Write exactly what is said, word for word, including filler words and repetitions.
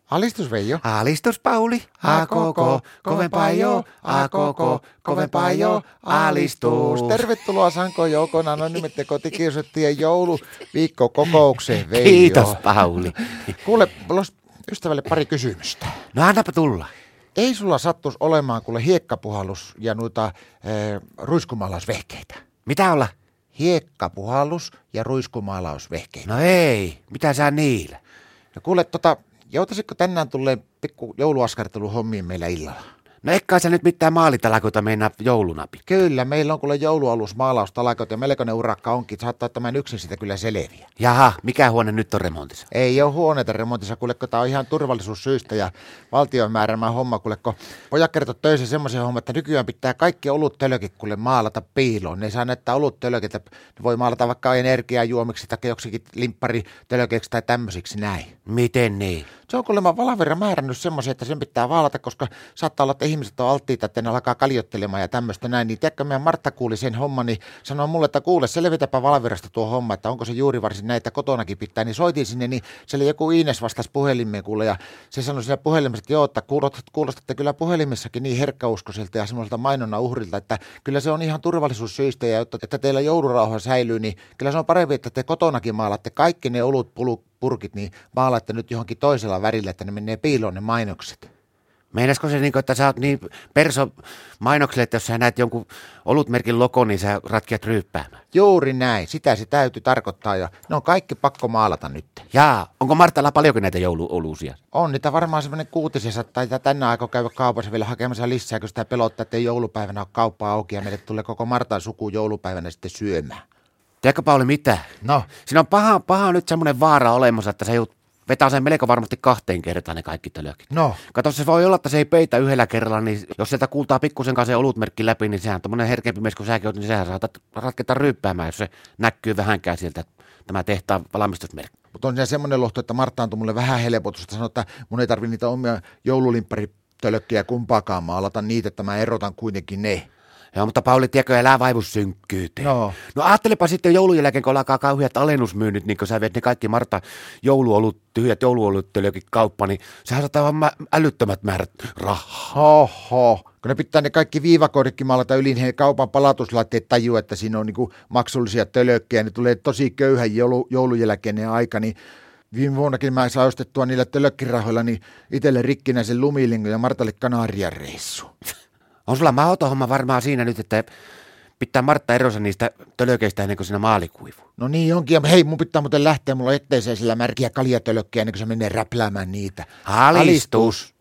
Alistus Veijo. Alistus Pauli, a koko, kovempaa jo, a koko, kovempaa jo, alistus. Tervetuloa Sanko Joukona Anonymitten kotikiusattujen jouluviikkokokoukseen, Veijo. Kiitos Pauli. Kuule, mulla olisi ystävälle pari kysymystä. No annapa tulla. Ei sulla sattuisi olemaan kuule hiekkapuhallus ja noita äh, ruiskumaalausvehkeitä? Mitä olla? Hiekkapuhallus ja ruiskumaalausvehkeitä. No ei, mitä sä niillä? No kuule, tota, joutasitko tänään tulleen pikku jouluaskartelun hommiin meillä illalla? No eikä sä nyt mitään maalitalakoita meinaa jouluna pitää. Kyllä, meillä on kuule joulualus maalaustalakot ja melkoinen urakka onkin. Saattaa tämän yksin sitä kyllä selviä. Jaha, mikä huone nyt on remontissa? Ei ole huoneita remontissa, kuule, kun tämä on ihan turvallisuussyistä ja valtion määräämä homma, kuule, kun pojat kertoo töissä semmoisen homman, että nykyään pitää kaikki oluttölökit kuule maalata piiloon. Ne ei saa näyttää oluttölökit, ne voi maalata vaikka energiajuomiksi tai joksikin limpparitölökeiksi tai tämmöisiksi näin. Miten niin? Se on kuulemma Valvira määrännyt semmoisen, että sen pitää vaalata, koska saattaa olla, että ihmiset on alttiita, että ne alkaa kaljottelemaan ja tämmöistä näin. Niin tiedätkö, meidän Martta kuuli sen homman, niin sanoi mulle, että kuule, selvitäpä Valvirasta tuo homma, että onko se juuri varsin näitä kotonakin pitää. Niin soitin sinne, niin se oli joku Iines vastasi puhelimeen kuule ja se sanoi siellä puhelimessa, että joo, että kuulostatte kyllä puhelimessakin niin herkkäuskoisilta ja semmoiselta mainonnan uhrilta, että kyllä se on ihan turvallisuussyistä ja jotta, että teillä joulurauha säilyy, niin kyllä se on parempi, että te kotonakin maalatte kaikki ne olut purkit, niin maalaatte nyt johonkin toisella värillä, että ne menee piiloon ne mainokset. Meinasko se niin, että sä oot niin perso mainokselle, että jos sä näet jonkun olutmerkin logon, niin sä ratkiat ryyppäämään? Juuri näin, sitä se täytyy tarkoittaa ja ne on kaikki pakko maalata nyt. Jaa, onko Martalla paljonkin näitä jouluoluusia? On niitä varmaan semmoinen kuutisen tai tänä aika käydä kaupassa vielä hakemassa lisää, kun sitä pelottaa, että ei joulupäivänä ole kauppaa auki ja meille tulee koko Martan suku joulupäivänä sitten syömään. Tiedätkö Pauli mitä? No. Siinä on paha, paha nyt semmoinen vaara olemassa, että se jout vetää sen melko varmasti kahteen kertaan ne kaikki tölökit. No. Kato, se voi olla, että se ei peitä yhdellä kerralla, niin jos sieltä kuultaa pikkusen kanssa se olutmerkki läpi, niin sehän on tommonen herkempi mies, kun säkin oot, niin sehän saatat ratketa ryyppäämään, jos se näkyy vähänkään sieltä tämä tehtaan valmistusmerkki. Mutta on se semmoinen lohto, että Martta antoi mulle vähän helpotusta, sanoi, että mun ei tarvitse niitä omia joululimpparitölökkiä kumpaakaan maalata niitä, että mä erotan kuitenkin ne. Joo, mutta Pauli, tiedätkö, elää vaivu synkkyyteen. No. No ajattelepa sitten joulun jälkeen, kun alkaa kauheat alennusmyynnit, niin kun sä viet ne kaikki Marta jouluolut, tyhjät jouluoluttelökin kauppa, niin sehän saattaa vaan älyttömät määrät rahaa. Oho, kun ne pitää ne kaikki viivakooditkin maalata yli, niin kaupan palautuslaitteet tajuu, että siinä on niinku maksullisia tölökkejä, ne tulee tosi köyhän joulu, joulun jälkeinen aika, niin viime vuonnakin mä sain ostettua niillä tölökkirahoilla niin itselle rikkinäisen lumilingon ja Martalle Kanarian reissu. On sulla mahdoton homma varmaan siinä nyt, että pitää Martta erosa niistä tölökeistä ennen kuin siinä maali kuivuu. No niin onkin, ja hei, mun pitää muuten lähteä, mulla on etteiseen sillä märkiä kaljatölökkejä ennen kuin se menee räpläämään niitä. Alistus!